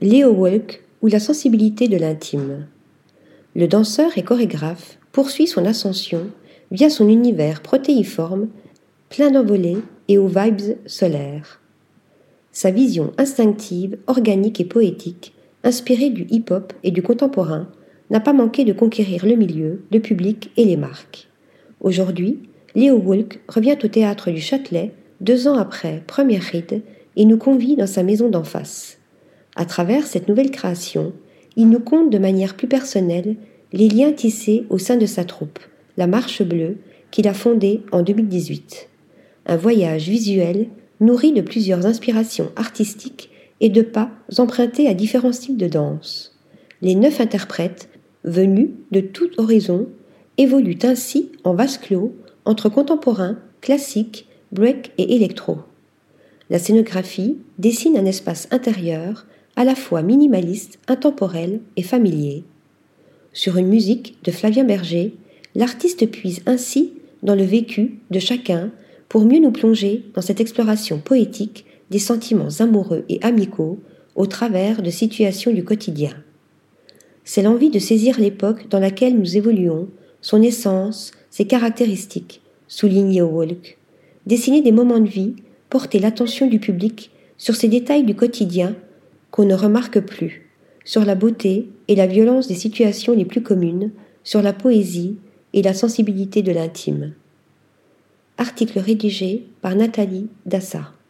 Leo Walk ou la sensibilité de l'intime. Le danseur et chorégraphe poursuit son ascension via son univers protéiforme, plein d'envolées et aux vibes solaires. Sa vision instinctive, organique et poétique, inspirée du hip-hop et du contemporain, n'a pas manqué de conquérir le milieu, le public et les marques. Aujourd'hui, Leo Walk revient au théâtre du Châtelet 2 ans après Première Ride et nous convie dans sa maison d'en face. À travers cette nouvelle création, il nous conte de manière plus personnelle les liens tissés au sein de sa troupe, la Marche Bleue, qu'il a fondée en 2018. Un voyage visuel nourri de plusieurs inspirations artistiques et de pas empruntés à différents styles de danse. Les 9 interprètes, venus de tout horizon, évoluent ainsi en vase clos entre contemporain, classique, break et électro. La scénographie dessine un espace intérieur à la fois minimaliste, intemporel et familier. Sur une musique de Flavien Berger, l'artiste puise ainsi dans le vécu de chacun pour mieux nous plonger dans cette exploration poétique des sentiments amoureux et amicaux au travers de situations du quotidien. C'est l'envie de saisir l'époque dans laquelle nous évoluons, son essence, ses caractéristiques, souligne Leo Walk. Dessiner des moments de vie, porter l'attention du public sur ces détails du quotidien qu'on ne remarque plus, sur la beauté et la violence des situations les plus communes, sur la poésie et la sensibilité de l'intime. Article rédigé par Nathalie Dassa.